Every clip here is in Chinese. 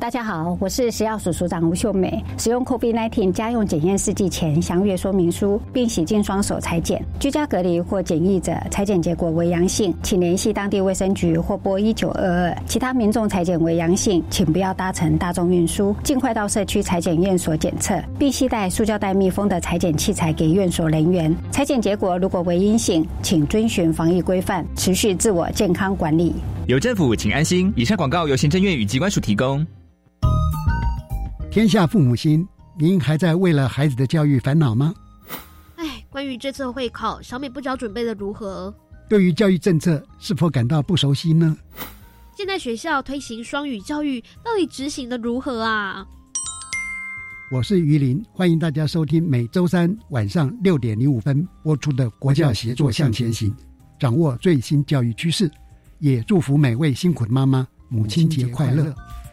大家好，我是食药署署长吴秀美。使用 COVID-19 家用检验试剂前详阅说明书，并洗净双手采检。居家隔离或检疫者采检结果为阳性，请联系当地卫生局或拨1922。其他民众采检为阳性，请不要搭乘大众运输，尽快到社区采检院所检测，并携带塑胶袋密封的采检器材给院所人员。采检结果如果为阴性，请遵循防疫规范，持续自我健康管理。 有政府，请安心。以上广告由行政院与疾管署提供。 天下父母心，您还在为了孩子的教育烦恼吗？ 关于这次会考，小美不知道准备的如何。 对于教育政策，是否感到不熟悉呢？ 现在学校推行双语教育，到底执行的如何啊？ 我是于林，欢迎大家收听每周三晚上6点05分播出的国教协作向前行，掌握最新教育趋势，也祝福每位辛苦的妈妈母亲节快乐。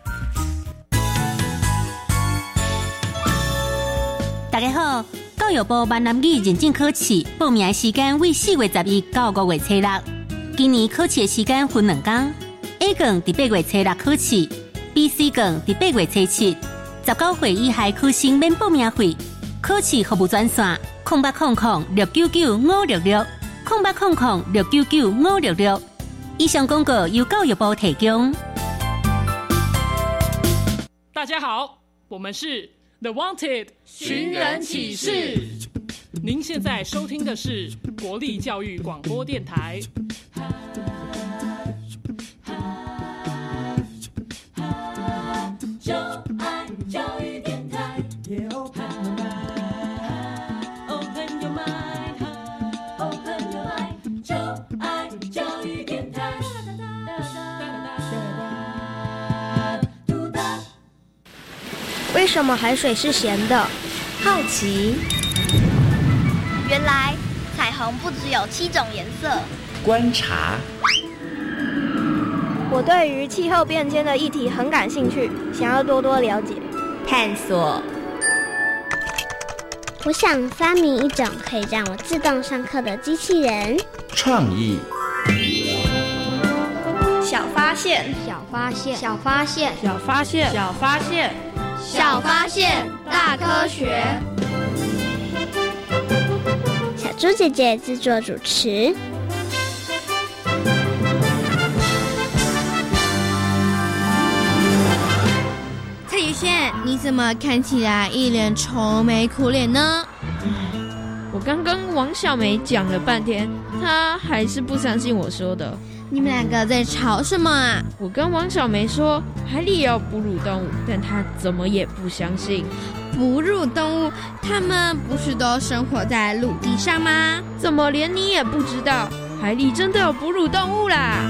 大家好，教育部闽南语认证考试报名的时间为4月11到5月初6。今年考试的时间分2天 ，A 卷伫8月初6考试 ，B、C 卷伫8月初7。19岁以下考生免报名费。考试服务专线0800699566 0800699566。以上广告由教育部提供。 大家好，我们是 The Wanted 寻人启事。您现在收听的是国立教育广播电台。就爱教育电台。Open your mind, open your mind， 就爱教育电台。 为什么海水是咸的？好奇。 原来彩虹不只有7种颜色。 观察。 我对于气候变迁的议题很感兴趣，想要多多了解。 探索。 我想发明一种可以让我自动上课的机器人。 创意。 小发现， 小发现， 小发现， 小发现，小发现， 小发现，大科学。 小猪姐姐制作主持。 蔡宇轩，你怎么看起来一脸愁眉苦脸呢？ 我刚跟王小梅讲了半天，她还是不相信我说的。 你们两个在吵什么啊？ 我跟王小梅说海里也有哺乳动物，但她怎么也不相信。 哺乳动物，它们不是都生活在陆地上吗？ 怎么连你也不知道？海里真的有哺乳动物啦！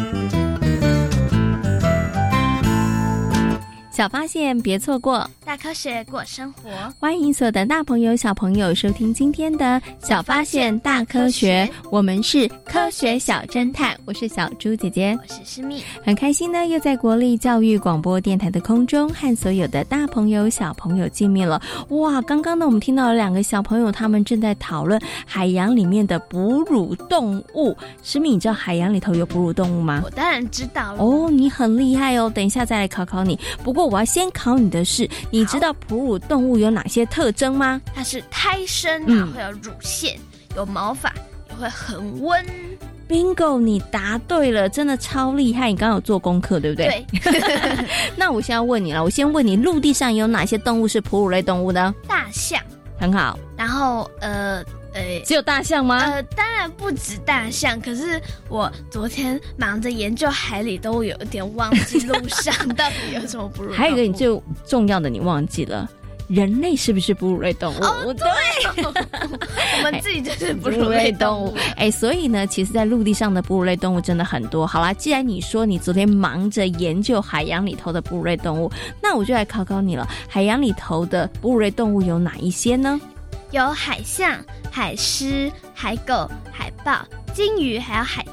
小发现别错过， 大科学过生活。 欢迎所有的大朋友小朋友收听今天的小发现大科学，我们是科学小侦探，我是小猪姐姐， 我是诗蜜。 很开心呢，又在国立教育广播电台的空中和所有的大朋友小朋友见面了。哇，刚刚呢我们听到了2个小朋友，他们正在讨论海洋里面的哺乳动物。诗蜜，你知道海洋里头有哺乳动物吗？ 我当然知道了。 哦，你很厉害哦，等一下再来考考你。不过我要先考你的是，你知道哺乳动物有哪些特征吗？ 它是胎生，然后会有乳腺，有毛发，也会恒温。 Bingo， 你答对了，真的超厉害！你刚刚有做功课，对不对？ 对。 那我现在问你了，我先问你，陆地上有哪些动物是哺乳类动物呢？ 大象。 很好。 然后只有大象吗？ 当然不止大象，可是我昨天忙着研究海里动物，有点忘记路上到底有什么哺乳动物。 还有一个你最重要的你忘记了，人类是不是哺乳类动物？ 哦，对，我们自己就是哺乳类动物。 所以呢，其实在陆地上的哺乳类动物真的很多。好啦，既然你说你昨天忙着研究海洋里头的哺乳类动物，那我就来考考你了。海洋里头的哺乳类动物有哪一些呢？ 有海象、海狮、海狗、海豹、鲸鱼，还有海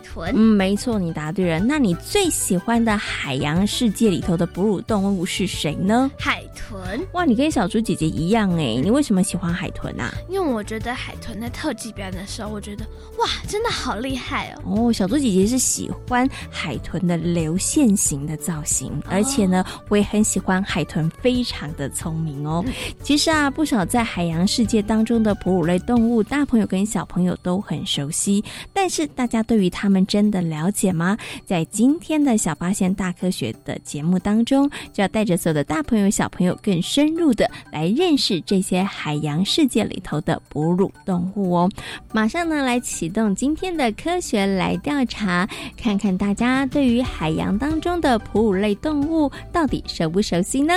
豚。 没错，你答对了。那你最喜欢的海洋世界里头的哺乳动物是谁呢？ 海豚。 哇，你跟小猪姐姐一样哎，你为什么喜欢海豚啊？ 因为我觉得海豚在特技表演的时候，我觉得哇，真的好厉害哦。 小猪姐姐是喜欢海豚的流线型的造型，而且呢，我也很喜欢海豚非常的聪明哦。其实啊，不少在海洋世界当中的哺乳类动物，大朋友跟小朋友都很熟悉，但是大家对于它们真的了解吗？在今天的小发现大科学的节目当中，就要带着所有的大朋友小朋友更深入的来认识这些海洋世界里头的哺乳动物哦。马上呢，来启动今天的科学来调查，看看大家对于海洋当中的哺乳类动物到底熟不熟悉呢？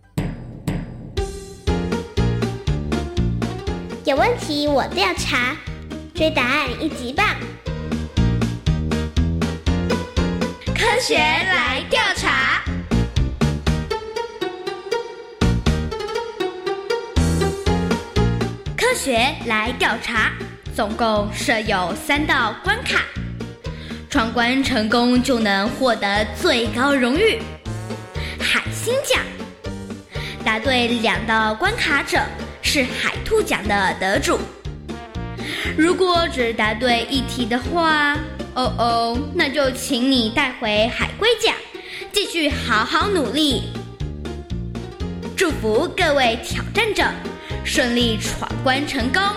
有问题我调查，追答案一级棒！ 科学来调查。科学来调查，总共设有3道关卡，闯关成功就能获得最高荣誉——海星奖。答对2道关卡者是海兔奖的得主。如果只答对1题的话，那就请你带回海龟奖，继续好好努力。祝福各位挑战者顺利闯关成功。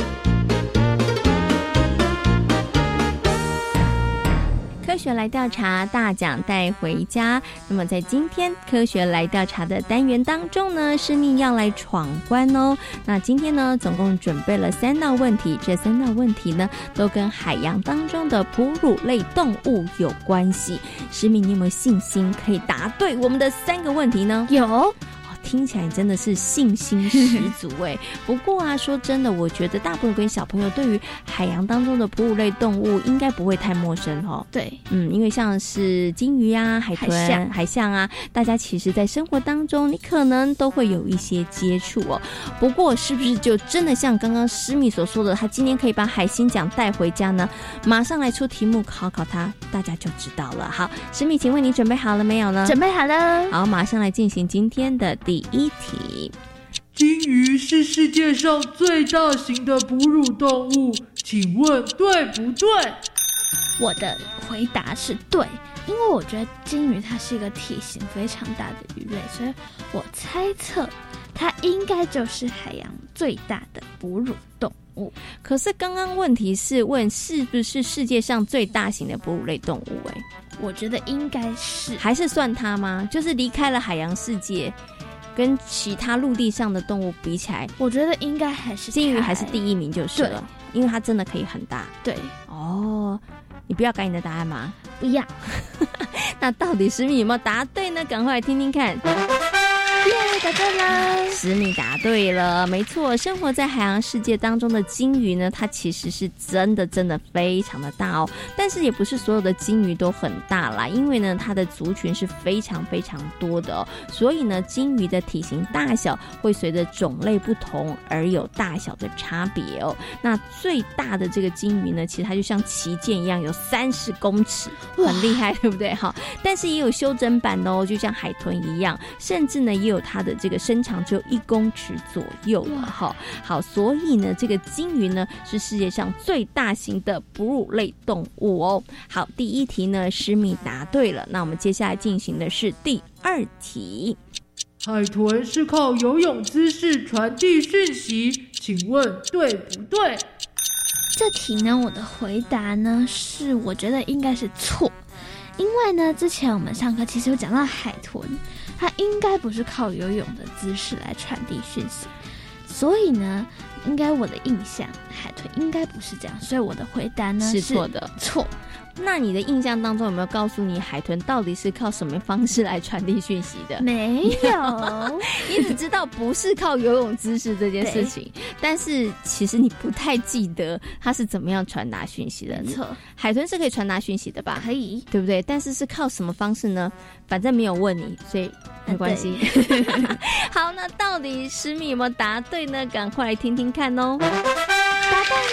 科学来调查，大奖带回家。那么在今天科学来调查的单元当中呢，诗蜜要来闯关哦。那今天呢，总共准备了3道问题，这3道问题呢，都跟海洋当中的哺乳类动物有关系。诗蜜，你有没有信心可以答对我们的3个问题呢？ 有。 听起来真的是信心十足哎。不过啊，说真的，我觉得大朋友跟小朋友对于海洋当中的哺乳类动物应该不会太陌生哦。 对， 因为像是金鱼啊、海豚、海象啊，大家其实在生活当中你可能都会有一些接触哦。不过是不是就真的像刚刚诗蜜所说的，他今天可以把海星奖带回家呢？马上来出题目考考他，大家就知道了。好，诗蜜，请问你准备好了没有呢？ 准备好了。 好，马上来进行今天的第1题。 金鱼是世界上最大型的哺乳动物，请问对不对？ 我的回答是对，因为我觉得金鱼它是一个体型非常大的鱼类，所以我猜测它应该就是海洋最大的哺乳动物。 可是刚刚问题是问是不是世界上最大型的哺乳类动物我觉得应该是。 还是算它吗？就是离开了海洋世界，跟其他陆地上的动物比起来， 我觉得应该还是金鱼还是第1名就是了，因为它真的可以很大。 对， 你不要改你的答案吗？ 不要。 那到底诗蜜有没有答对呢？赶快来听听看。 答对了， 诗蜜答对了，没错。生活在海洋世界当中的金鱼呢，它其实是真的非常的大哦。但是也不是所有的金鱼都很大啦，因为呢，它的族群是非常多的哦。所以呢，金鱼的体型大小会随着种类不同而有大小的差别哦。那最大的这个金鱼呢，其实它就像旗舰一样，有30公尺，很厉害，对不对？好，但是也有修整版的哦，就像海豚一样，甚至呢，也有它的这个身长只有1公尺左右了哈。好，所以呢，这个金鱼呢是世界上最大型的哺乳类动物哦。好，第1题呢，诗蜜答对了。那我们接下来进行的是第2题。 海豚是靠游泳姿势传递讯息，请问对不对？ 这题呢，我的回答呢是我觉得应该是错。因为呢，之前我们上课其实有讲到海豚，它应该不是靠游泳的姿势来传递讯息，所以呢，应该我的印象，海豚应该不是这样，所以我的回答呢是错的。 错。 那你的印象当中有没有告诉你海豚到底是靠什么方式来传递讯息的？ 没有。 你只知道不是靠游泳姿势这件事情，但是其实你不太记得它是怎么样传达讯息的。 没错， 海豚是可以传达讯息的吧？ 可以， 对不对？但是是靠什么方式呢？反正没有问你，所以没关系。好，那到底诗蜜有没有答对呢？赶快来听听看哦。 答对了。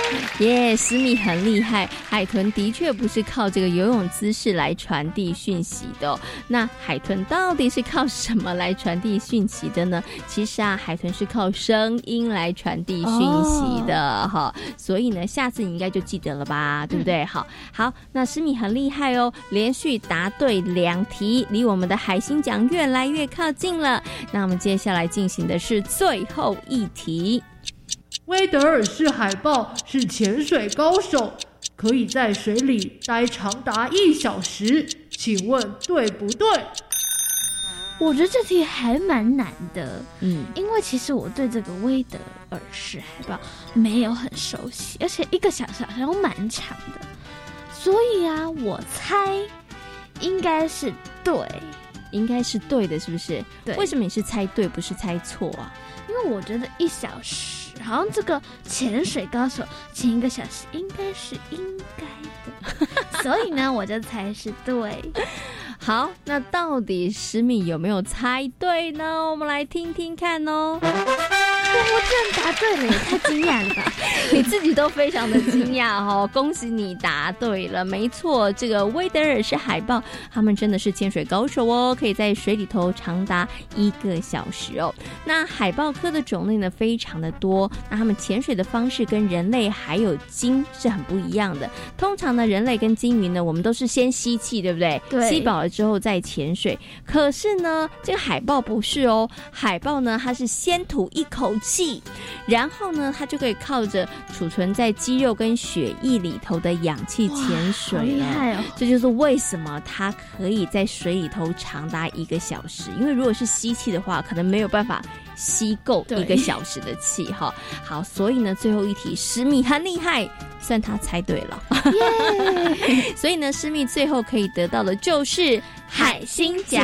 耶，思密很厉害，海豚的确不是靠这个游泳姿势来传递讯息的那海豚到底是靠什么来传递讯息的呢？其实啊，海豚是靠声音来传递讯息的所以呢，下次你应该就记得了吧，对不对？好，那思密很厉害哦，连续答对2题，离我们的海星奖越来越靠近了。那我们接下来进行的是最后一题。 威德尔氏海豹是潜水高手，可以在水里待长达1小时，请问对不对？ 我觉得这题还蛮难的，因为其实我对这个威德尔氏海豹没有很熟悉，而且1个小时好像蛮长的，所以啊，我猜应该是对， 应该是对的，是不是？对。为什么你是猜对不是猜错啊？ 因为我觉得1小时，好像这个潜水高手潜1个小时应该是应该的，所以呢，我就猜是对。 好，那到底思密有没有猜对呢？我们来听听看哦。 我居然答对了，也太惊讶了吧！ 你自己都非常的惊讶哦，恭喜你答对了，没错，这个威德尔氏海豹，他们真的是潜水高手哦，可以在水里头长达1个小时哦。那海豹科的种类呢非常的多，那他们潜水的方式跟人类还有鲸是很不一样的。通常呢，人类跟鲸鱼呢，我们都是先吸气，对不对？对。吸饱了之后再潜水，可是呢，这个海豹不是哦，海豹呢，它是先吐一口气，然后呢，它就可以靠着储存在肌肉跟血液里头的氧气潜水了。好厉害哦！这就是为什么它可以在水里头长达1个小时，因为如果是吸气的话，可能没有办法吸够1个小时的气哈。好，所以呢，最后一题思密很厉害，算他猜对了。所以呢，思密最后可以得到的就是海星奖。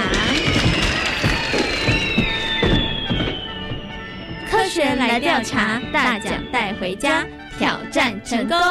科学来调查，大奖带回家，挑战成功。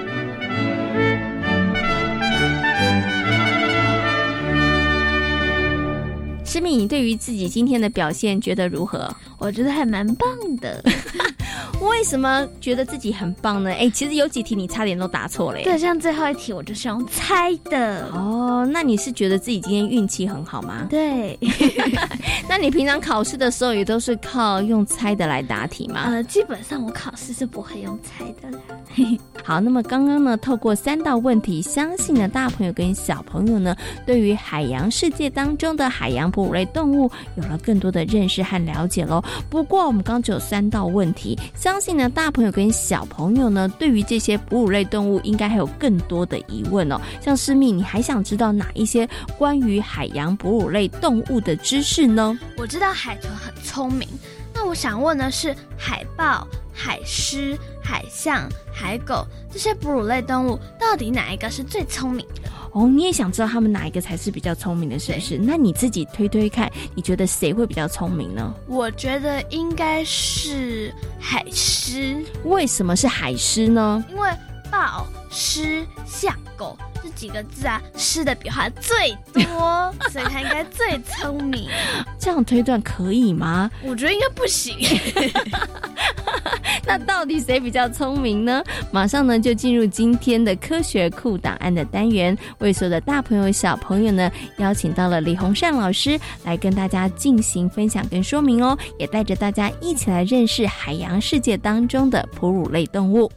思密，你对于自己今天的表现觉得如何？ 我觉得还蛮棒的。 为什么觉得自己很棒呢？其实有几题你差点都答错了。 对，像最后一题我就是用猜的。 哦，那你是觉得自己今天运气很好吗？ 对。 那你平常考试的时候也都是靠用猜的来答题吗？ 基本上我考试是不会用猜的啦。 好，那么刚刚呢，透过3道问题，相信呢大朋友跟小朋友呢，对于海洋世界当中的海洋哺乳类动物有了更多的认识和了解咯。不过我们刚只有3道问题，相信呢大朋友跟小朋友呢，对于这些哺乳类动物应该还有更多的疑问哦。像思密，你还想知道哪一些关于海洋哺乳类动物的知识呢？ 我知道海豚很聪明，那我想问的是，海豹、海狮、海象、海狗这些哺乳类动物，到底哪一个是最聪明的？ 哦，你也想知道他们哪一个才是比较聪明的，是不是？那你自己推推看，你觉得谁会比较聪明呢？ 我觉得应该是海狮。 为什么是海狮呢？ 因为豹、狮、象、狗这几个字啊，狮的笔画最多，所以它应该最聪明。 这样推断可以吗？ 我觉得应该不行。 那到底谁比较聪明呢？马上呢就进入今天的科学库档案的单元，为所有的大朋友小朋友呢邀请到了李洪善老师来跟大家进行分享跟说明哦，也带着大家一起来认识海洋世界当中的哺乳类动物。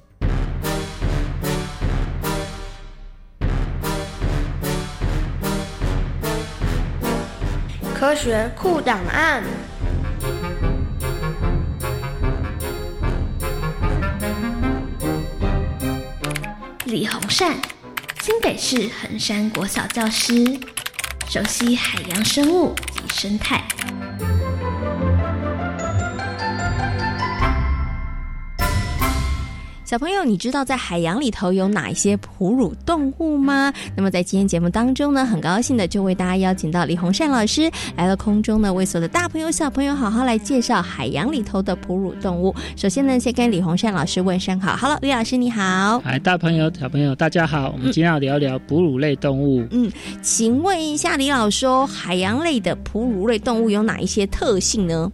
科学库档案。 李洪善，新北市横山国小教师，熟悉海洋生物及生态。 小朋友，你知道在海洋里头有哪一些哺乳动物吗？那么在今天节目当中呢，很高兴的就为大家邀请到李洪善老师来到空中呢，为所有的大朋友小朋友好好来介绍海洋里头的哺乳动物。首先呢，先跟李洪善老师问声好。Hello， 李老师你好。 嗨，大朋友小朋友大家好，我们今天要聊聊哺乳类动物。 请问一下李老师，海洋类的哺乳类动物有哪一些特性呢？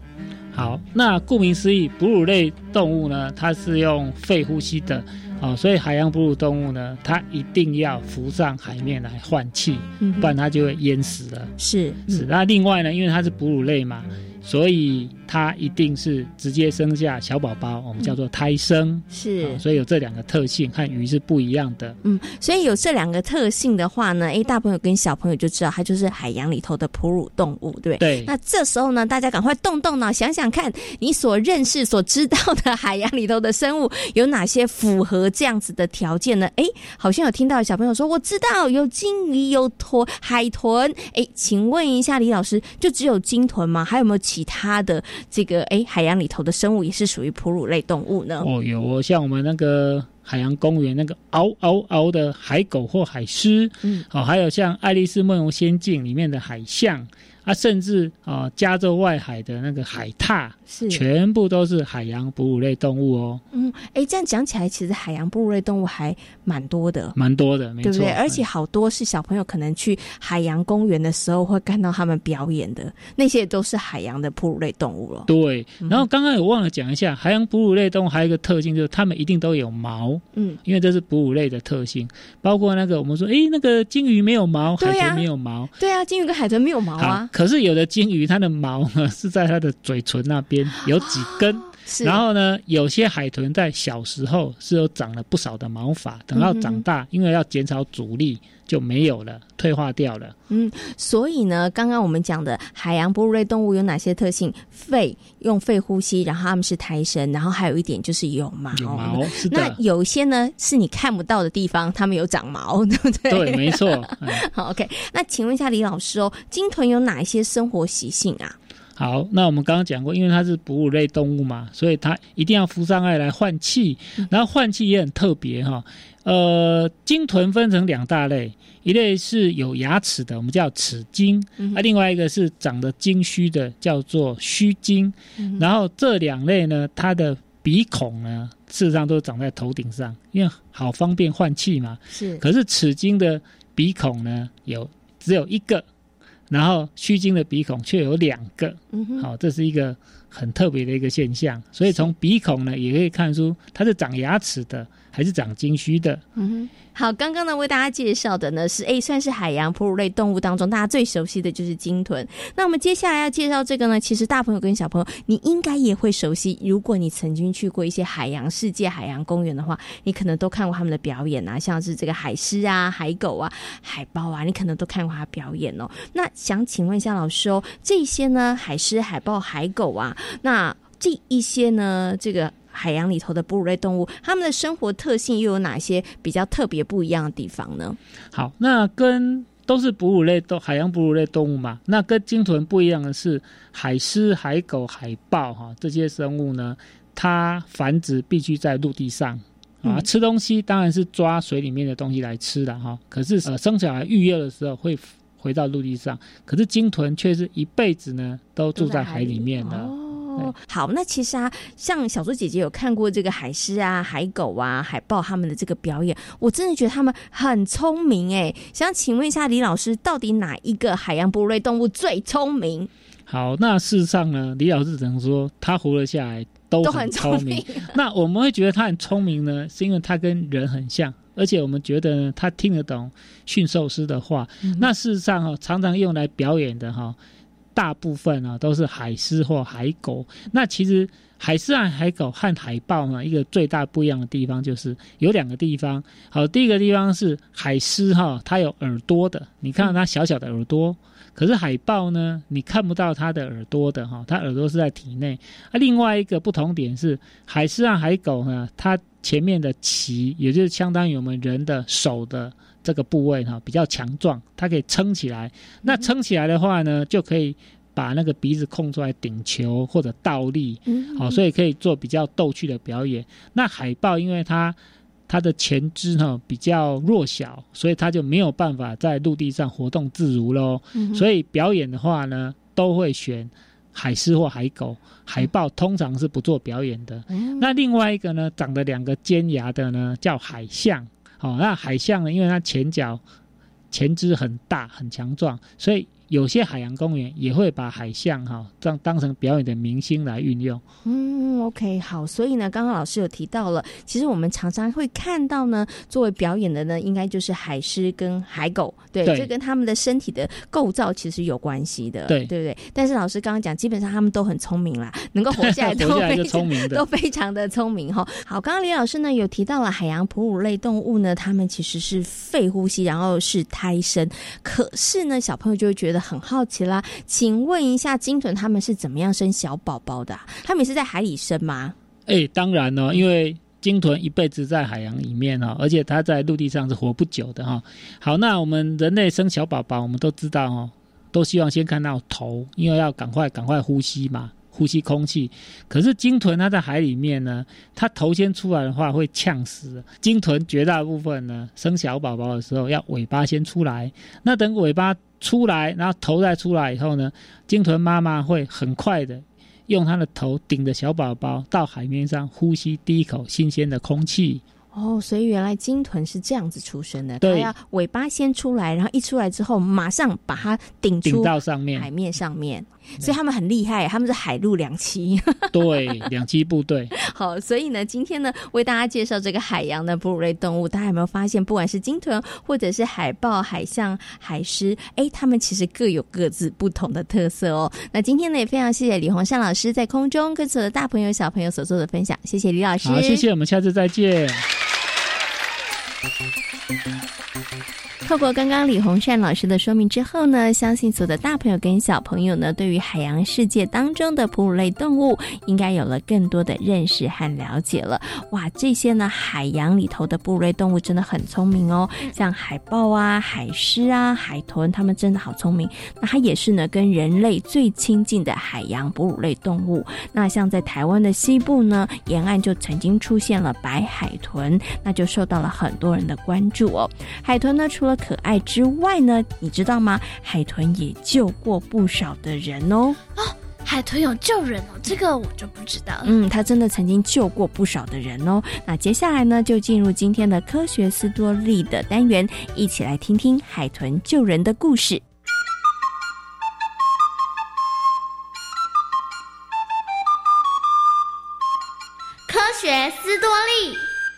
好，那顾名思义，哺乳类动物呢，它是用肺呼吸的。所以海洋哺乳动物呢，它一定要浮上海面来换气，不然它就会淹死了。是。那另外呢，因为它是哺乳类嘛，所以它一定是直接生下小宝宝，我们叫做胎生。是。所以有这两个特性，和鱼是不一样的。 所以有这两个特性的话呢，大朋友跟小朋友就知道它就是海洋里头的哺乳动物，对不对？对。那这时候呢，大家赶快动动脑，想想看，你所认识、所知道的海洋里头的生物有哪些符合这样子的条件呢？好像有听到小朋友说，我知道有鲸鱼、有海豚。请问一下李老师，就只有鲸豚吗？还有没有其他的这个海洋里头的生物也是属于哺乳类动物呢？ 有像我们那个海洋公园那个嗷的海狗或海狮，还有像《爱丽丝梦游仙境》里面的海象。甚至加州外海的那个海獭，全部都是海洋哺乳类动物哦。 这样讲起来，其实海洋哺乳类动物还蛮多的， 没错， 对不对？而且好多是小朋友可能去海洋公园的时候会看到他们表演的，那些都是海洋的哺乳类动物了。 对，然后刚刚有忘了讲一下，海洋哺乳类动物还有一个特性，就是它们一定都有毛。因为这是哺乳类的特性，包括那个我们说，那个鲸鱼没有毛，海豚没有毛。 对啊，鲸鱼跟海豚没有毛啊。 可是有的鲸鱼它的毛呢是在它的嘴唇那边有几根，然后呢有些海豚在小时候是有长了不少的毛发，等到长大因为要减少阻力就没有了，退化掉了。 所以呢刚刚我们讲的海洋哺乳类动物有哪些特性？用肺呼吸，然后它们是胎生，然后还有一点就是有毛。是的。那有些呢是你看不到的地方，它们有长毛，对不对？ 对，没错。 好 OK， 那请问一下李老师鲸豚有哪一些生活习性啊？ 好，那我们刚刚讲过，因为它是哺乳类动物嘛，所以它一定要浮上岸来换气，然后换气也很特别哈。鲸豚分成两大类，一类是有牙齿的，我们叫齿鲸，另外一个是长得鲸须的，叫做须鲸。然后这两类呢，它的鼻孔呢，事实上都长在头顶上，因为好方便换气嘛。是。可是齿鲸的鼻孔呢，只有一个。然后须鲸的鼻孔却有两个，这是一个很特别的一个现象。所以从鼻孔呢，也可以看出它是长牙齿的还是长鲸须的。 好，刚刚呢为大家介绍的呢是算是海洋哺乳类动物当中大家最熟悉的就是鲸豚。那我们接下来要介绍这个呢，其实大朋友跟小朋友你应该也会熟悉，如果你曾经去过一些海洋世界、海洋公园的话，你可能都看过他们的表演啊，像是这个海狮啊、海狗啊、海豹啊，你可能都看过他表演哦。那想请问一下老师这些呢海狮、海豹、海狗啊，那这一些呢这个海洋里头的哺乳类动物，它们的生活特性又有哪些比较特别不一样的地方呢？ 好，那都是哺乳类海洋哺乳类动物嘛，那跟鲸豚不一样的是，海狮、海狗、海豹这些生物呢，它繁殖必须在陆地上。吃东西当然是抓水里面的东西来吃的可是生小孩育幼的时候会回到陆地上，可是鲸豚却是一辈子呢都住在海里面的。 好，那其实像小猪姐姐有看过这个海狮啊、海狗啊、海豹他们的这个表演，我真的觉得他们很聪明想请问一下李老师，到底哪一个海洋哺乳类动物最聪明？ 好，那事实上呢，李老师只能说他活了下来都很聪明。那我们会觉得他很聪明呢，是因为他跟人很像，而且我们觉得呢，他听得懂驯兽师的话。那事实上常常用来表演的大部分都是海狮或海狗。那其实海狮和海狗和海豹呢，一个最大不一样的地方就是有两个地方。好，第一个地方是海狮它有耳朵的，你看到它小小的耳朵。可是海豹呢，你看不到它的耳朵的它耳朵是在体内。另外一个不同点是，海狮和海狗呢，它前面的鳍，也就是相当于我们人的手的这个部位比较强壮，它可以撑起来。那撑起来的话呢，就可以把那个鼻子空出来顶球或者倒立，所以可以做比较逗趣的表演。那海豹因为它的前肢比较弱小，所以它就没有办法在陆地上活动自如咯。所以表演的话呢，都会选海狮或海狗。海豹通常是不做表演的。那另外一个呢，长得两个尖牙的呢，叫海象。那海象呢，因为它前肢很大很强壮，所以有些海洋公园也会把海象当成表演的明星来运用。 OK， 好，所以呢，刚刚老师有提到了，其实我们常常会看到呢，作为表演的呢，应该就是海狮跟海狗，对，这跟他们的身体的构造其实有关系的，对不对？但是老师刚刚讲，基本上他们都很聪明啦，能够活下来都非常的聪明哈。好，刚刚李老师呢有提到了海洋哺乳类动物呢，他们其实是肺呼吸，然后是胎生，可是呢，小朋友就会觉得很好奇啦，请问一下，鲸豚他们是怎么样生小宝宝的他们也是在海里生吗？ 当然哦，因为鲸豚一辈子在海洋里面而且它在陆地上是活不久的好，那我们人类生小宝宝，我们都知道都希望先看到头，因为要赶快呼吸嘛，呼吸空气。可是鲸豚它在海里面呢，它头先出来的话会呛死。鲸豚绝大部分呢，生小宝宝的时候要尾巴先出来，那等尾巴出来，然后头再出来以后呢，鲸豚妈妈会很快的用它的头顶着小宝宝到海面上呼吸第一口新鲜的空气。 所以原来鲸豚是这样子出生的，它要尾巴先出来，然后一出来之后马上把它顶到上面海面上面，所以他们很厉害，他们是海陆两栖对，两栖部队好，所以呢今天呢为大家介绍这个海洋的哺乳类动物，大家有没有发现不管是鲸豚或者是海豹、海象、海狮，他们其实各有各自不同的特色哦。那今天呢也非常谢谢李洪善老师在空中跟所有的大朋友小朋友所做的分享，谢谢李老师。 好，谢谢，我们下次再见。 透过刚刚李洪善老师的说明之后呢，相信所有的大朋友跟小朋友呢，对于海洋世界当中的哺乳类动物应该有了更多的认识和了解了。哇，这些呢海洋里头的哺乳类动物真的很聪明哦，像海豹啊、海狮啊、海豚，它们真的好聪明。那它也是呢跟人类最亲近的海洋哺乳类动物。那像在台湾的西部呢，沿岸就曾经出现了白海豚，那就受到了很多人的关注哦。海豚呢除了可爱之外呢，你知道吗？海豚也救过不少的人哦。 海豚有救人哦，这个我就不知道了。 它真的曾经救过不少的人哦。那接下来呢，就进入今天的科学斯多利的单元，一起来听听海豚救人的故事。 科学斯多利。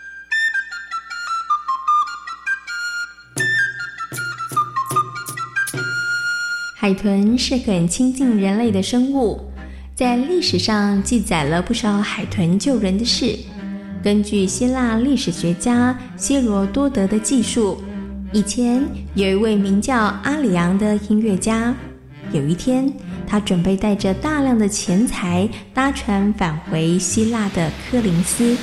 海豚是很亲近人类的生物，在历史上记载了不少海豚救人的事。根据希腊历史学家希罗多德的记述，以前有一位名叫阿里昂的音乐家，有一天他准备带着大量的钱财搭船返回希腊的科林斯。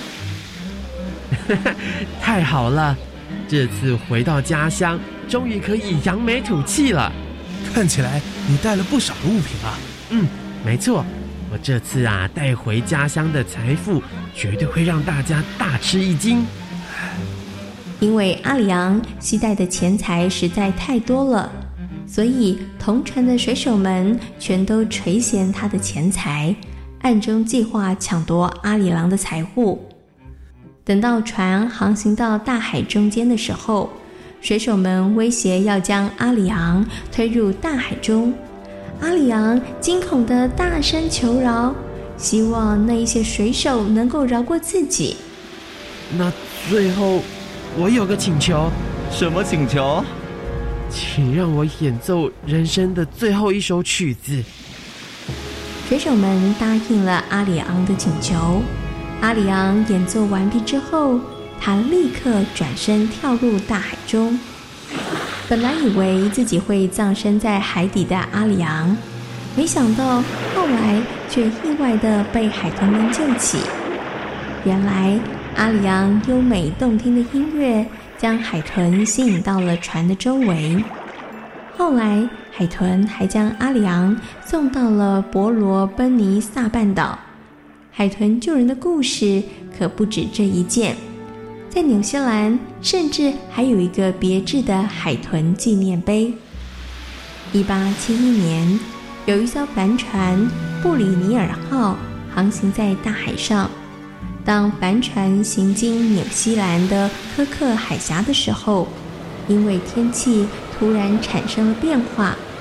太好了，这次回到家乡终于可以扬眉吐气了。 看起来你带了不少的物品啊。 没错，我这次带回家乡的财富绝对会让大家大吃一惊。 因为阿里昂携带的钱财实在太多了，所以同船的水手们全都垂涎他的钱财，暗中计划抢夺阿里昂的财物。等到船航行到大海中间的时候，水手们威胁要将阿里昂推入大海中。阿里昂惊恐地大声求饶，希望那一些水手能够饶过自己。 那最后我有个请求。 什么请求？ 请让我演奏人生的最后一首曲子。 水手们答应了阿里昂的请求。阿里昂演奏完毕之后，他立刻转身跳入大海中。本来以为自己会葬身在海底的阿里昂，没想到后来却意外地被海豚们救起。原来阿里昂优美动听的音乐将海豚吸引到了船的周围。后来海豚还将阿里昂送到了伯罗奔尼撒半岛。海豚救人的故事可不止这一件，在纽西兰甚至还有一个别致的海豚纪念碑。1871年，有一艘帆船布里尼尔号航行在大海上。当帆船行经纽西兰的科克海峡的时候，因为天气突然产生了变化，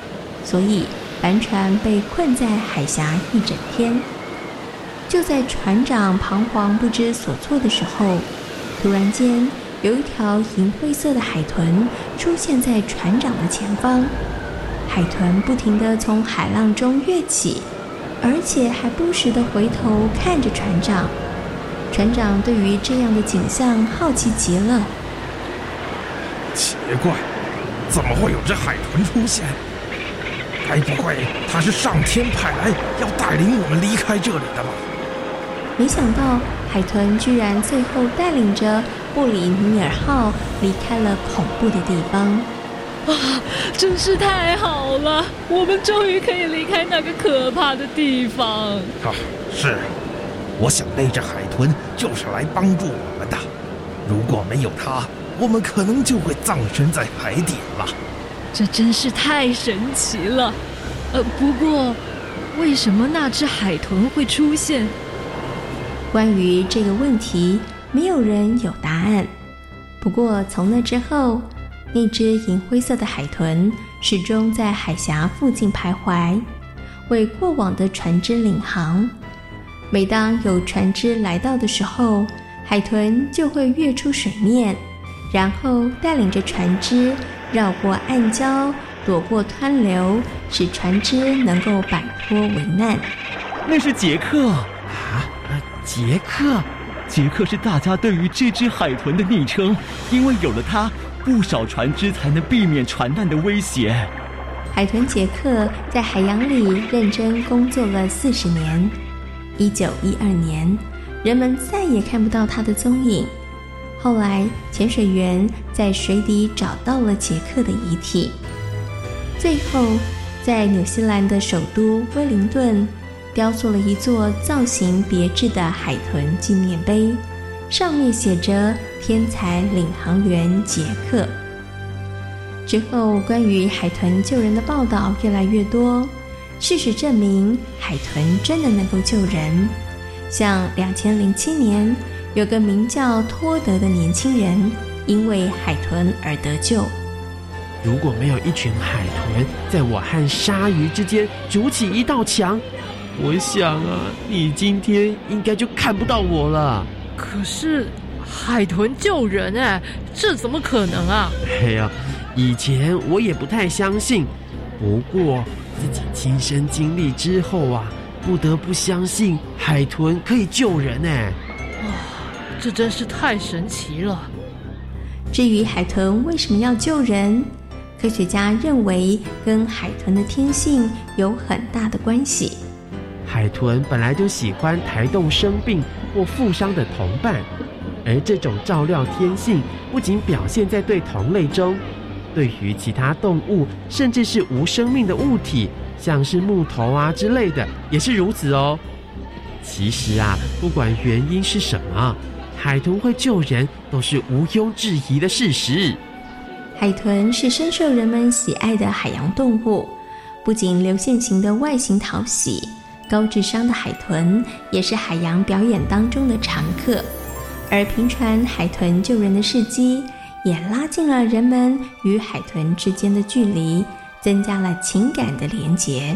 所以帆船被困在海峡一整天。就在船长彷徨不知所措的时候，突然间有一条银灰色的海豚出现在船长的前方。海豚不停地从海浪中跃起，而且还不时地回头看着船长。船长对于这样的景象好奇极了。 奇怪，怎么会有只海豚出现？该不会它是上天派来要带领我们离开这里的吧？ 没想到海豚居然最后带领着布里尼尔号离开了恐怖的地方。 啊，真是太好了，我们终于可以离开那个可怕的地方。 啊，是，我想那只海豚就是来帮助我们的，如果没有它，我们可能就会葬身在海底了。 这真是太神奇了。不过为什么那只海豚会出现？ 关于这个问题，没有人有答案。不过从那之后，那只银灰色的海豚始终在海峡附近徘徊，为过往的船只领航。每当有船只来到的时候，海豚就会跃出水面，然后带领着船只绕过暗礁，躲过湍流，使船只能够摆脱危难。 那是杰克啊！杰克，杰克是大家对于这只海豚的昵称，因为有了它，不少船只才能避免船难的威胁。 海豚杰克在海洋里认真工作了40年。1912年，人们再也看不到他的踪影。后来，潜水员在水底找到了杰克的遗体。最后，在纽西兰的首都威灵顿，雕塑了一座造型别致的海豚纪念碑，上面写着“天才领航员杰克”。之后，关于海豚救人的报道越来越多，事实证明海豚真的能够救人。像2007年，有个名叫托德的年轻人因为海豚而得救。 如果没有一群海豚在我和鲨鱼之间筑起一道墙，我想啊，你今天应该就看不到我了。 可是海豚救人这怎么可能啊？ 哎呀，以前我也不太相信，不过自己亲身经历之后啊，不得不相信海豚可以救人这真是太神奇了。 至于海豚为什么要救人，科学家认为跟海豚的天性有很大的关系。 海豚本来就喜欢抬动生病或负伤的同伴，而这种照料天性不仅表现在对同类中，对于其他动物甚至是无生命的物体，像是木头啊之类的也是如此哦。其实啊，不管原因是什么，海豚会救人都是毋庸置疑的事实。 海豚是深受人们喜爱的海洋动物，不仅流线型的外形讨喜，高智商的海豚也是海洋表演当中的常客。而频传海豚救人的事迹，也拉近了人们与海豚之间的距离，增加了情感的连结。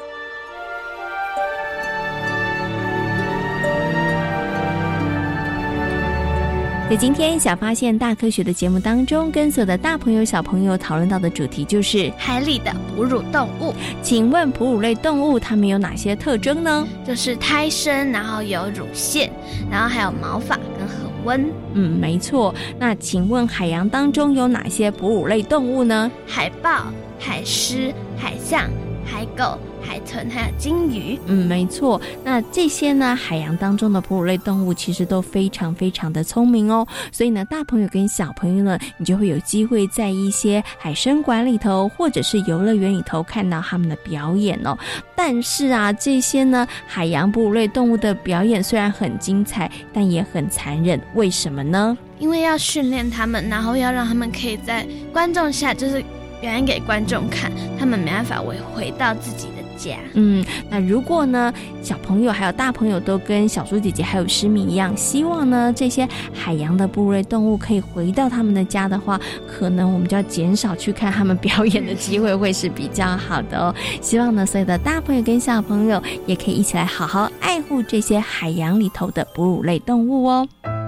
在今天小发现大科学的节目当中，跟所有的大朋友小朋友讨论到的主题就是海里的哺乳动物。 请问哺乳类动物它们有哪些特征呢？ 就是胎生，然后有乳腺，然后还有毛发跟恒温。 没错。那请问海洋当中有哪些哺乳类动物呢？ 海豹、海狮、海象、海狗、海豚还有金鱼。 没错。那这些呢，海洋当中的哺乳类动物其实都非常非常的聪明哦。所以呢，大朋友跟小朋友呢，你就会有机会在一些海生馆里头或者是游乐园里头看到他们的表演哦。但是啊，这些呢海洋哺乳类动物的表演虽然很精彩，但也很残忍。为什么呢？ 因为要训练他们，然后要让他们可以在观众下就是表演给观众看，他们没办法回到自己的家。 那如果呢小朋友还有大朋友都跟小猪姐姐还有诗敏一样，希望呢这些海洋的哺乳类动物可以回到他们的家的话，可能我们就要减少去看他们表演的机会，会是比较好的哦。希望呢所有的大朋友跟小朋友也可以一起来好好爱护这些海洋里头的哺乳类动物哦。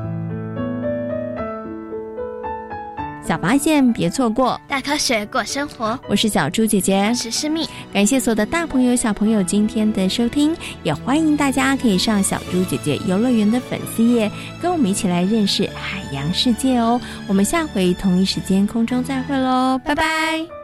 小发现别错过， 大科学过生活。 我是小猪姐姐， 我是诗蜜。 感谢所有的大朋友小朋友今天的收听，也欢迎大家可以上小猪姐姐游乐园的粉丝页，跟我们一起来认识海洋世界哦。我们下回同一时间空中再会咯，拜拜。